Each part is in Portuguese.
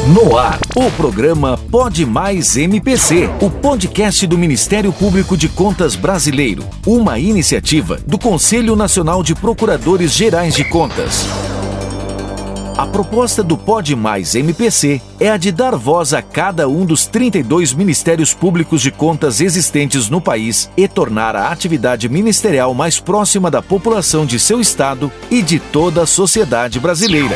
No ar, o programa Pode Mais MPC, o podcast do Ministério Público de Contas Brasileiro, uma iniciativa do Conselho Nacional de Procuradores Gerais de Contas. A proposta do Pode Mais MPC é a de dar voz a cada um dos 32 Ministérios Públicos de Contas existentes no país e tornar a atividade ministerial mais próxima da população de seu estado e de toda a sociedade brasileira.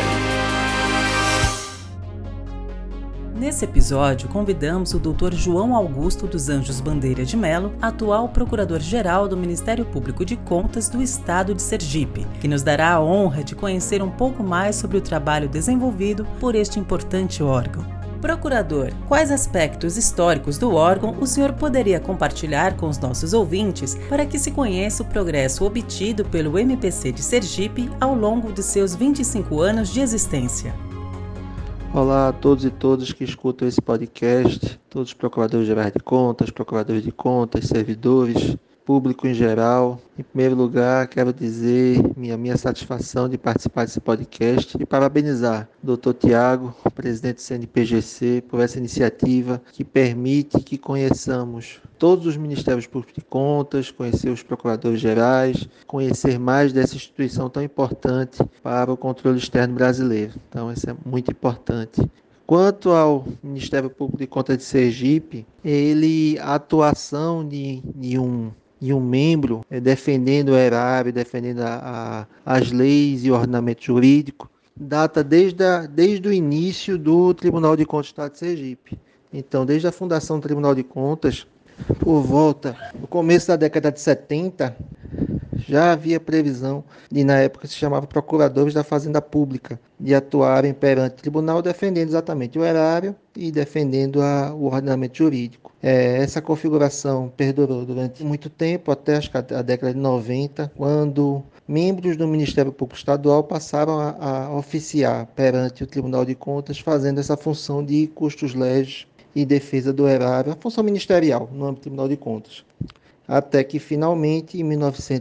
Nesse episódio, convidamos o Dr. João Augusto dos Anjos Bandeira de Mello, atual Procurador-Geral do Ministério Público de Contas do Estado de Sergipe, que nos dará a honra de conhecer um pouco mais sobre o trabalho desenvolvido por este importante órgão. Procurador, quais aspectos históricos do órgão o senhor poderia compartilhar com os nossos ouvintes para que se conheça o progresso obtido pelo MPC de Sergipe ao longo de seus 25 anos de existência? Olá a todos e todas que escutam esse podcast, todos os procuradores gerais de contas, procuradores de contas, servidores, público em geral. Em primeiro lugar, quero dizer minha satisfação de participar desse podcast e parabenizar o Dr. Tiago, presidente do CNPGC, por essa iniciativa que permite que conheçamos todos os Ministérios Públicos de Contas, conhecer os procuradores gerais, conhecer mais dessa instituição tão importante para o controle externo brasileiro. Então, isso é muito importante. Quanto ao Ministério Público de Contas de Sergipe, a atuação de um membro defendendo o erário, defendendo as leis e o ordenamento jurídico, data desde o início do Tribunal de Contas do Estado de Sergipe. Então, desde a fundação do Tribunal de Contas, no começo da década de 70, já havia previsão de, na época, se chamava Procuradores da Fazenda Pública, de atuarem perante o tribunal defendendo exatamente o erário e defendendo o ordenamento jurídico. Essa configuração perdurou durante muito tempo, até acho que a década de 90, quando membros do Ministério Público Estadual passaram a oficiar perante o Tribunal de Contas, fazendo essa função de custos legis e defesa do erário, a função ministerial no âmbito do Tribunal de Contas. Até que, finalmente, em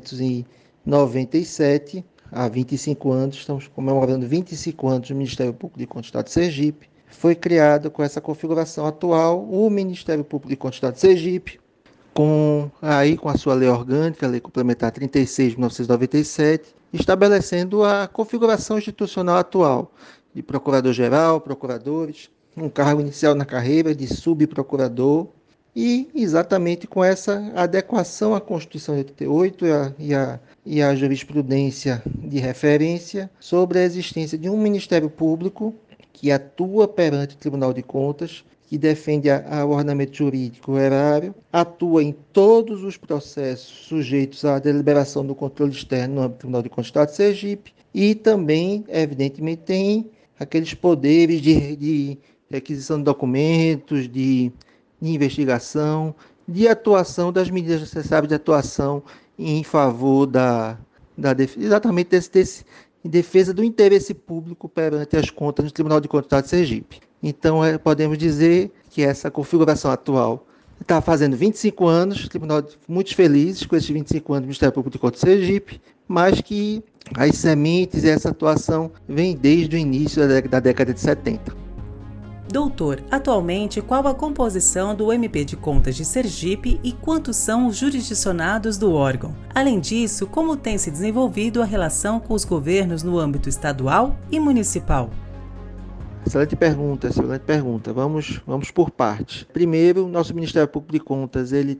1997, há 25 anos, estamos comemorando 25 anos do Ministério Público de Contas do Estado de Sergipe, foi criado com essa configuração atual o Ministério Público de Contas do Estado de Sergipe, com a sua lei orgânica, a Lei Complementar 36 de 1997, estabelecendo a configuração institucional atual de procurador-geral, procuradores, um cargo inicial na carreira de subprocurador, e exatamente com essa adequação à Constituição de 88 e à jurisprudência de referência sobre a existência de um Ministério Público que atua perante o Tribunal de Contas, que defende o ordenamento jurídico, o erário, atua em todos os processos sujeitos à deliberação do controle externo no âmbito do Tribunal de Contas do Estado de Sergipe e também, evidentemente, tem aqueles poderes de requisição de documentos, de investigação, de atuação, das medidas necessárias de atuação em favor exatamente em defesa do interesse público perante as contas do Tribunal de Contas do Estado de Sergipe. Então, podemos dizer que essa configuração atual está fazendo 25 anos, tribunal muito felizes com esses 25 anos do Ministério Público de Contas de Sergipe, mas que as sementes e essa atuação vem desde o início da década de 70. Doutor, atualmente qual a composição do MP de Contas de Sergipe e quantos são os jurisdicionados do órgão? Além disso, como tem se desenvolvido a relação com os governos no âmbito estadual e municipal? Excelente pergunta. Vamos por partes. Primeiro, nosso Ministério Público de Contas, ele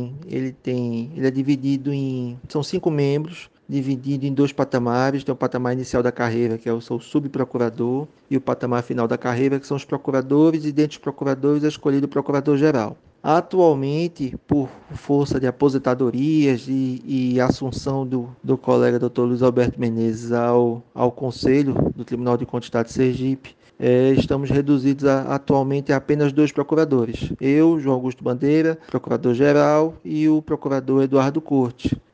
é dividido são 5 membros, dividido em 2 patamares. Tem o patamar inicial da carreira, que é o subprocurador, e o patamar final da carreira, que são os procuradores, e dentre os procuradores é escolhido o procurador-geral. Atualmente, por força de aposentadorias e assunção do colega Dr. Luiz Alberto Menezes ao Conselho do Tribunal de Contas do Estado de Sergipe, estamos reduzidos atualmente a apenas 2 procuradores. Eu, João Augusto Bandeira, procurador-geral, e o procurador Eduardo Corte.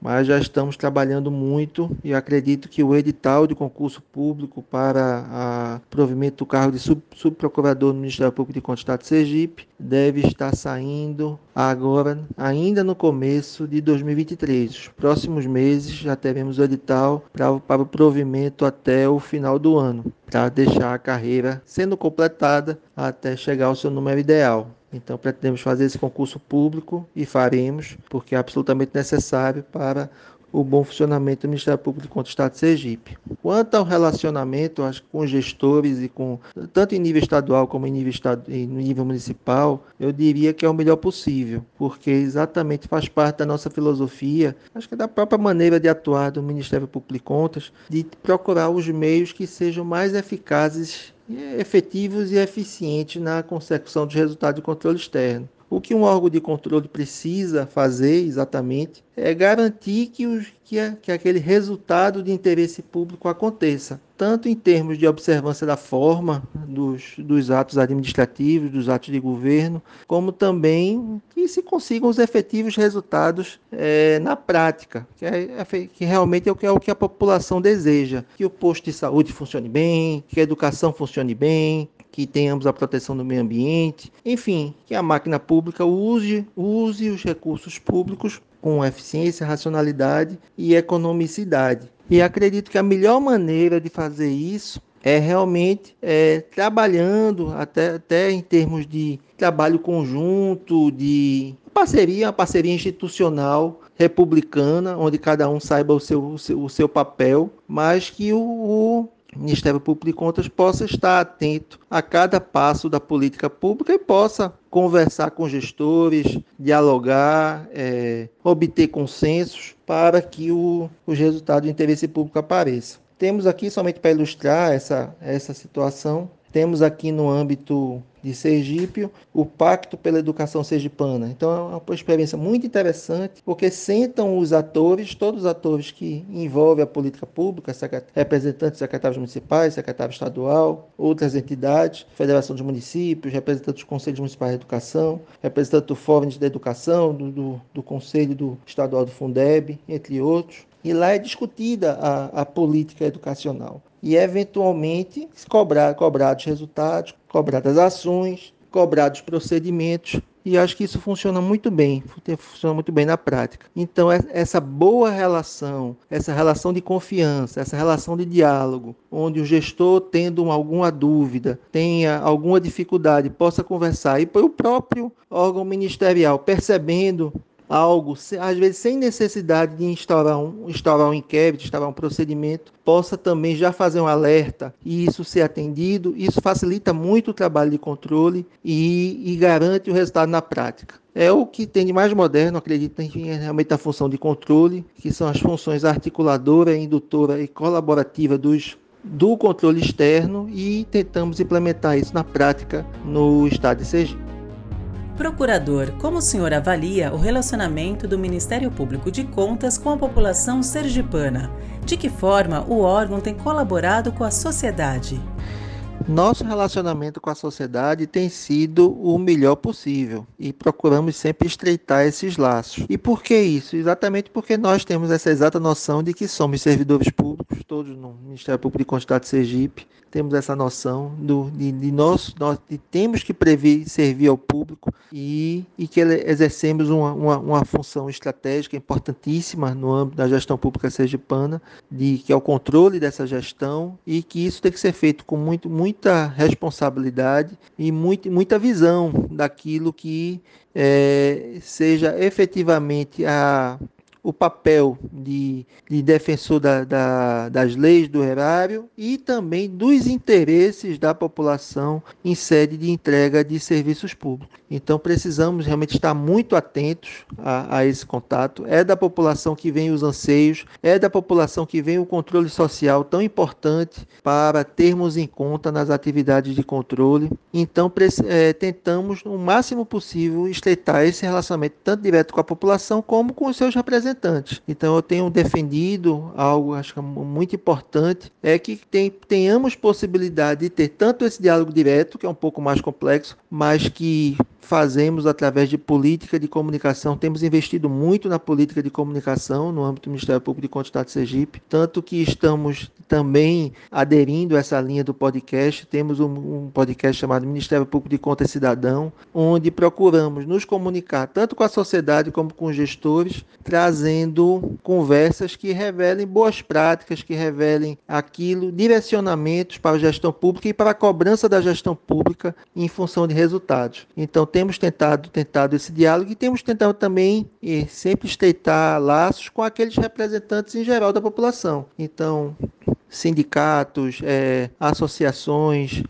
mas já estamos trabalhando muito e acredito que o edital de concurso público para provimento do cargo de subprocurador no Ministério Público de Contas do Estado de Sergipe deve estar saindo agora, ainda no começo de 2023. Os próximos meses já teremos o edital para o provimento até o final do ano, para deixar a carreira sendo completada até chegar ao seu número ideal. Então, pretendemos fazer esse concurso público e faremos, porque é absolutamente necessário para o bom funcionamento do Ministério Público de Contas do Estado de Sergipe. Quanto ao relacionamento com gestores, tanto em nível estadual como em nível municipal, eu diria que é o melhor possível, porque exatamente faz parte da nossa filosofia, acho que é da própria maneira de atuar do Ministério Público de Contas, de procurar os meios que sejam mais eficazes, efetivos e eficientes na consecução dos resultados de controle externo. O que um órgão de controle precisa fazer exatamente é garantir que aquele resultado de interesse público aconteça, tanto em termos de observância da forma dos atos administrativos, dos atos de governo, como também que se consigam os efetivos resultados na prática, que realmente é o que a população deseja, que o posto de saúde funcione bem, que a educação funcione bem, que tenhamos a proteção do meio ambiente, enfim, que a máquina pública use os recursos públicos com eficiência, racionalidade e economicidade. E acredito que a melhor maneira de fazer isso é realmente trabalhando até em termos de trabalho conjunto, de uma parceria institucional republicana, onde cada um saiba o seu papel, mas que o Ministério Público de Contas possa estar atento a cada passo da política pública e possa conversar com gestores, dialogar, obter consensos para que os resultados do interesse público apareçam. Temos aqui, somente para ilustrar essa situação, temos aqui no âmbito de Sergipe o Pacto pela Educação Sergipana. Então é uma experiência muito interessante, porque sentam os atores, todos os atores que envolvem a política pública, representantes secretários municipais, secretário estadual, outras entidades, Federação dos Municípios, representantes dos Conselhos Municipais de Educação, representantes do Fórum da Educação, do Conselho Estadual do Fundeb, entre outros. E lá é discutida a política educacional. E, eventualmente, cobrados resultados, cobradas ações, cobrados procedimentos. E acho que isso funciona muito bem na prática. Então, essa boa relação, essa relação de confiança, essa relação de diálogo, onde o gestor, tendo alguma dúvida, tenha alguma dificuldade, possa conversar. E o próprio órgão ministerial, percebendo algo, às vezes sem necessidade de instaurar um inquérito, instaurar um procedimento, possa também já fazer um alerta e isso ser atendido. Isso facilita muito o trabalho de controle e garante o resultado na prática. É o que tem de mais moderno, acredito, realmente na função de controle, que são as funções articuladora, indutora e colaborativa do controle externo, e tentamos implementar isso na prática no Estado de Sergipe. Procurador, como o senhor avalia o relacionamento do Ministério Público de Contas com a população sergipana? De que forma o órgão tem colaborado com a sociedade? Nosso relacionamento com a sociedade tem sido o melhor possível e procuramos sempre estreitar esses laços. E por que isso? Exatamente porque nós temos essa exata noção de que somos servidores públicos, todos no Ministério Público de Contas do Estado de Sergipe, temos essa noção de temos que servir ao público e que exercemos uma função estratégica importantíssima no âmbito da gestão pública sergipana, que é o controle dessa gestão, e que isso tem que ser feito com muita responsabilidade e muita visão daquilo que seja efetivamente o papel de defensor das leis do erário e também dos interesses da população em sede de entrega de serviços públicos. Então precisamos realmente estar muito atentos a esse contato. É da população que vem os anseios, é da população que vem o controle social tão importante para termos em conta nas atividades de controle. Então tentamos, no máximo possível, estreitar esse relacionamento tanto direto com a população como com os seus representantes. Então eu tenho defendido algo, acho que é muito importante, é que tenhamos possibilidade de ter tanto esse diálogo direto, que é um pouco mais complexo, mas que fazemos através de política de comunicação. Temos investido muito na política de comunicação no âmbito do Ministério Público de Contas do Estado de Sergipe, tanto que estamos também aderindo a essa linha do podcast. Temos um podcast chamado Ministério Público de Contas Cidadão, onde procuramos nos comunicar tanto com a sociedade como com os gestores, trazendo conversas que revelem boas práticas, que revelem direcionamentos para a gestão pública e para a cobrança da gestão pública em função de resultados. Então, temos tentado esse diálogo e temos tentado também sempre estreitar laços com aqueles representantes em geral da população. Então, sindicatos, associações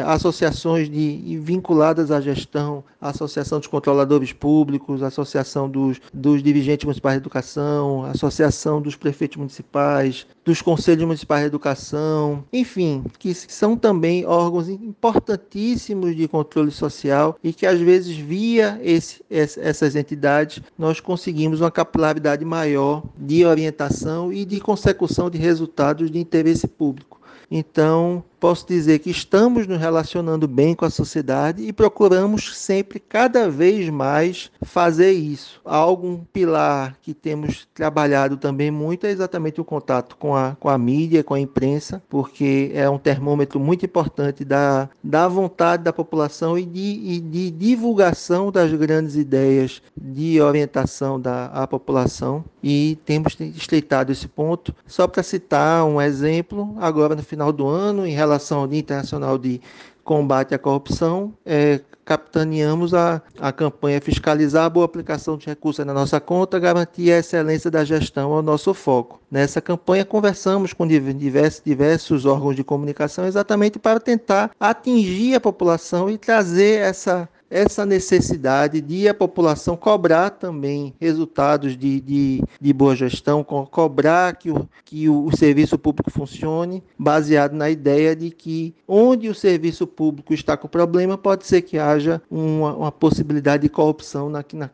vinculadas à gestão, a Associação dos Controladores Públicos, a Associação dos Dirigentes Municipais de Educação, a Associação dos Prefeitos Municipais, dos Conselhos Municipais de Educação, enfim, que são também órgãos importantíssimos de controle social e que às vezes via essas entidades nós conseguimos uma capilaridade maior de orientação e de consecução de resultados de interesse público. Então, posso dizer que estamos nos relacionando bem com a sociedade e procuramos sempre, cada vez mais, fazer isso. Um pilar que temos trabalhado também muito é exatamente o contato com a mídia, com a imprensa, porque é um termômetro muito importante da vontade da população e de divulgação das grandes ideias de orientação à população. E temos estreitado esse ponto. Só para citar um exemplo, agora no final do ano, em relação ao Dia Internacional de Combate à Corrupção, capitaneamos a campanha Fiscalizar a Boa Aplicação dos Recursos na Nossa Conta, garantir a excelência da gestão ao nosso foco. Nessa campanha conversamos com diversos órgãos de comunicação exatamente para tentar atingir a população e trazer essa necessidade de a população cobrar também resultados de boa gestão, cobrar que o serviço público funcione, baseado na ideia de que onde o serviço público está com problema, pode ser que haja uma possibilidade de corrupção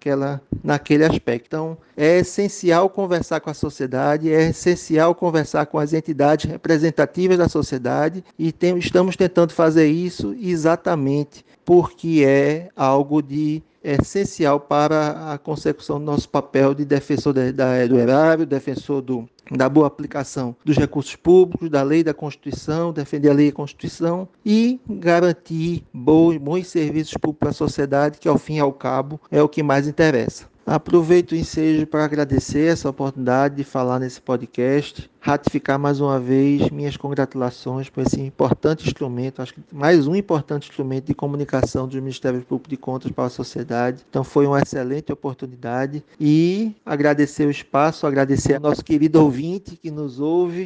naquele aspecto. Então, é essencial conversar com a sociedade, é essencial conversar com as entidades representativas da sociedade e estamos tentando fazer isso exatamente porque é algo essencial para a consecução do nosso papel de defensor do erário, defensor da boa aplicação dos recursos públicos, da lei, da Constituição, defender a lei e a Constituição e garantir bons serviços públicos para a sociedade, que ao fim e ao cabo é o que mais interessa. Aproveito o ensejo para agradecer essa oportunidade de falar nesse podcast, ratificar mais uma vez minhas congratulações por esse importante instrumento, acho que mais um importante instrumento de comunicação dos Ministérios Públicos de Contas para a sociedade. Então foi uma excelente oportunidade e agradecer o espaço, agradecer ao nosso querido ouvinte que nos ouve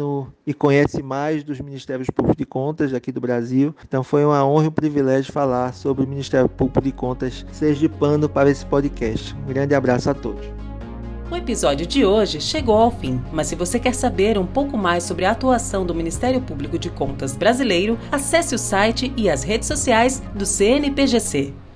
e conhece mais dos Ministérios Públicos de Contas aqui do Brasil. Então foi uma honra e um privilégio falar sobre o Ministério Público de Contas sergipano para esse podcast. Um grande abraço a todos. O episódio de hoje chegou ao fim, mas se você quer saber um pouco mais sobre a atuação do Ministério Público de Contas brasileiro, acesse o site e as redes sociais do CNPGC.